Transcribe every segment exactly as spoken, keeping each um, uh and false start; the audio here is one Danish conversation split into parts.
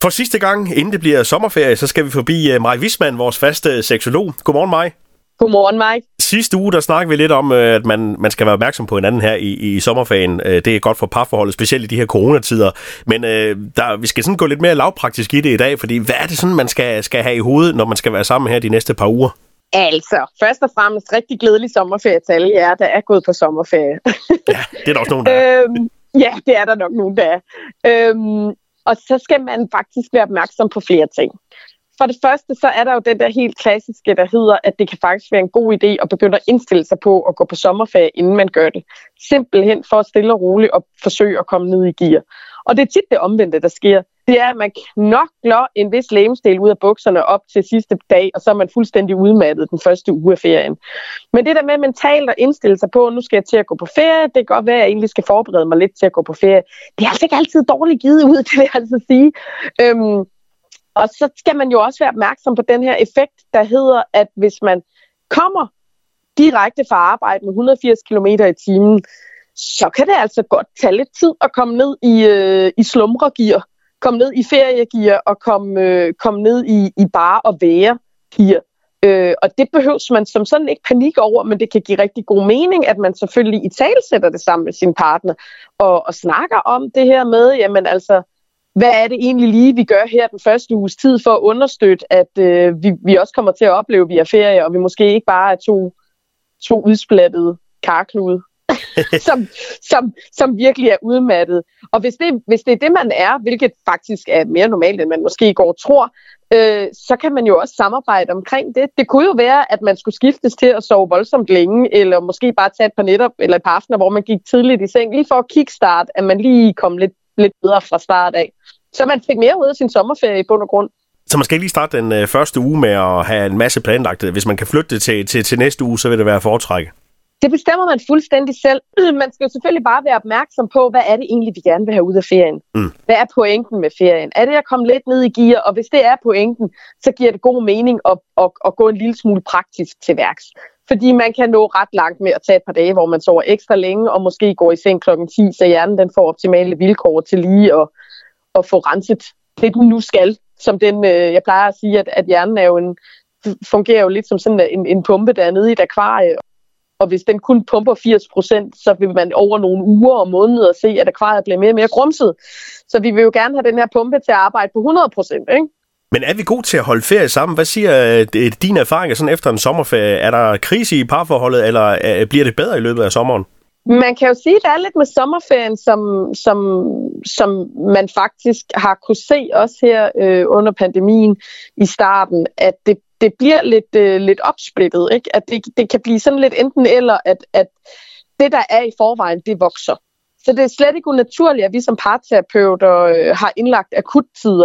For sidste gang, inden det bliver sommerferie, så skal vi forbi Maj Wismann, vores faste seksolog. Godmorgen, Maj. Godmorgen, Mike. Sidste uge, der snakkede vi lidt om, at man, man skal være opmærksom på hinanden her i, i sommerferien. Det er godt for parforholdet, specielt i de her coronatider. Men øh, der, vi skal sådan gå lidt mere lavpraktisk i det i dag, fordi hvad er det sådan, man skal, skal have i hovedet, når man skal være sammen her de næste par uger? Altså, først og fremmest rigtig glædelig sommerferie til alle jer, der er gået på sommerferie. Ja, det er der også nogen, der er. øhm, ja, det er der nok nogen, der er. Øhm, og så skal man faktisk være opmærksom på flere ting. For det første, så er der jo den der helt klassiske, der hedder, at det kan faktisk være en god idé at begynde at indstille sig på at gå på sommerferie, inden man gør det. Simpelthen for at stille og roligt og forsøge at komme ned i gear. Og det er tit det omvendte, der sker. Det er, at man knokler en vis legemsdel ud af bukserne op til sidste dag, og så er man fuldstændig udmattet den første uge af ferien. Men det der med mentalt at indstille sig på, at nu skal jeg til at gå på ferie, det kan godt være, at jeg egentlig skal forberede mig lidt til at gå på ferie. Det er altså ikke altid dårligt givet ud, det vil jeg altså sige. Øhm, Og så skal man jo også være opmærksom på den her effekt, der hedder, at hvis man kommer direkte fra arbejde med et hundrede og firs kilometer i timen, så kan det altså godt tage lidt tid at komme ned i, øh, i slumregear, komme ned i feriegear og komme, øh, komme ned i, i bare og være gear. Øh, og det behøves man som sådan ikke panik over, men det kan give rigtig god mening, at man selvfølgelig i tale sætter det sammen med sin partner og, og snakker om det her med, jamen altså, hvad er det egentlig lige, vi gør her den første uges tid for at understøtte, at øh, vi, vi også kommer til at opleve, at vi er ferie, og vi måske ikke bare er to, to udsplættede karklude, som, som, som virkelig er udmattet. Og hvis det, hvis det er det, man er, hvilket faktisk er mere normalt, end man måske i går tror, øh, så kan man jo også samarbejde omkring det. Det kunne jo være, at man skulle skiftes til at sove voldsomt længe, eller måske bare tage et par nætter eller et par aftener, hvor man gik tidligt i seng, lige for at kickstart, at man lige kom lidt lidt bedre fra start af. Så man fik mere ud af sin sommerferie i bund og grund. Så man skal ikke lige starte den øh, første uge med at have en masse planlagt. Hvis man kan flytte det til, til, til næste uge, så vil det være foretrække. Det bestemmer man fuldstændig selv. Man skal jo selvfølgelig bare være opmærksom på, hvad er det egentlig, vi gerne vil have ud af ferien. Mm. Hvad er pointen med ferien? Er det at komme lidt ned i gear? Og hvis det er pointen, så giver det god mening at, at, at gå en lille smule praktisk til værks. Fordi man kan nå ret langt med at tage et par dage, hvor man sover ekstra længe, og måske går i seng klokken ti, så hjernen den får optimale vilkår til lige at, at få renset det, den nu skal. Som den, jeg plejer at sige, at, at hjernen er jo en, fungerer jo lidt som sådan en, en pumpe, der er nede i et akvarie. Og hvis den kun pumper firs procent, så vil man over nogle uger og måneder se, at akvariet bliver mere og mere grumset. Så vi vil jo gerne have den her pumpe til at arbejde på hundrede procent, ikke? Men er vi gode til at holde ferie sammen? Hvad siger dine erfaringer sådan efter en sommerferie? Er der krise i parforholdet, eller bliver det bedre i løbet af sommeren? Man kan jo sige, at der er lidt med sommerferien, som, som, som man faktisk har kunne se også her øh, under pandemien i starten, at det, det bliver lidt, øh, lidt opsplittet, ikke? At det, det kan blive sådan lidt enten eller, at, at det, der er i forvejen, det vokser. Så det er slet ikke unaturligt, at vi som parterapeuter øh, har indlagt akuttider,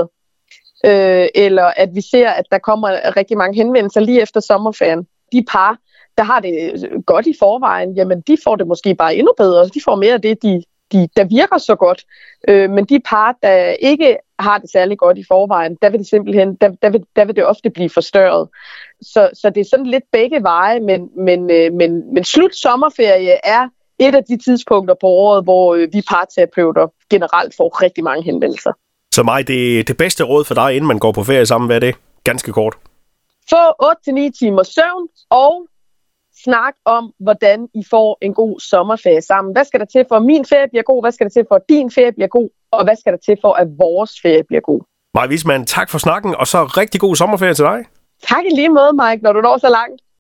øh, eller at vi ser, at der kommer rigtig mange henvendelser lige efter sommerferien. De par, der har det godt i forvejen, jamen de får det måske bare endnu bedre. De får mere af det, de, de, der virker så godt. Øh, men de par, der ikke har det særlig godt i forvejen, der vil det simpelthen, der, der, vil, der vil det ofte blive forstørret. Så, så det er sådan lidt begge veje, men, men, øh, men, men slut sommerferie er et af de tidspunkter på året, hvor øh, vi parterapeuter generelt får rigtig mange henvendelser. Så Maj, det, det bedste råd for dig, inden man går på ferie sammen, hvad er det? Ganske kort. Få otte til ni timer søvn, og snak om, hvordan I får en god sommerferie sammen. Hvad skal der til for, at min ferie bliver god? Hvad skal der til for, at din ferie bliver god? Og hvad skal der til for, at vores ferie bliver god? Maj Wismann, tak for snakken, og så rigtig god sommerferie til dig. Tak i lige måde, Mike, når du når så langt.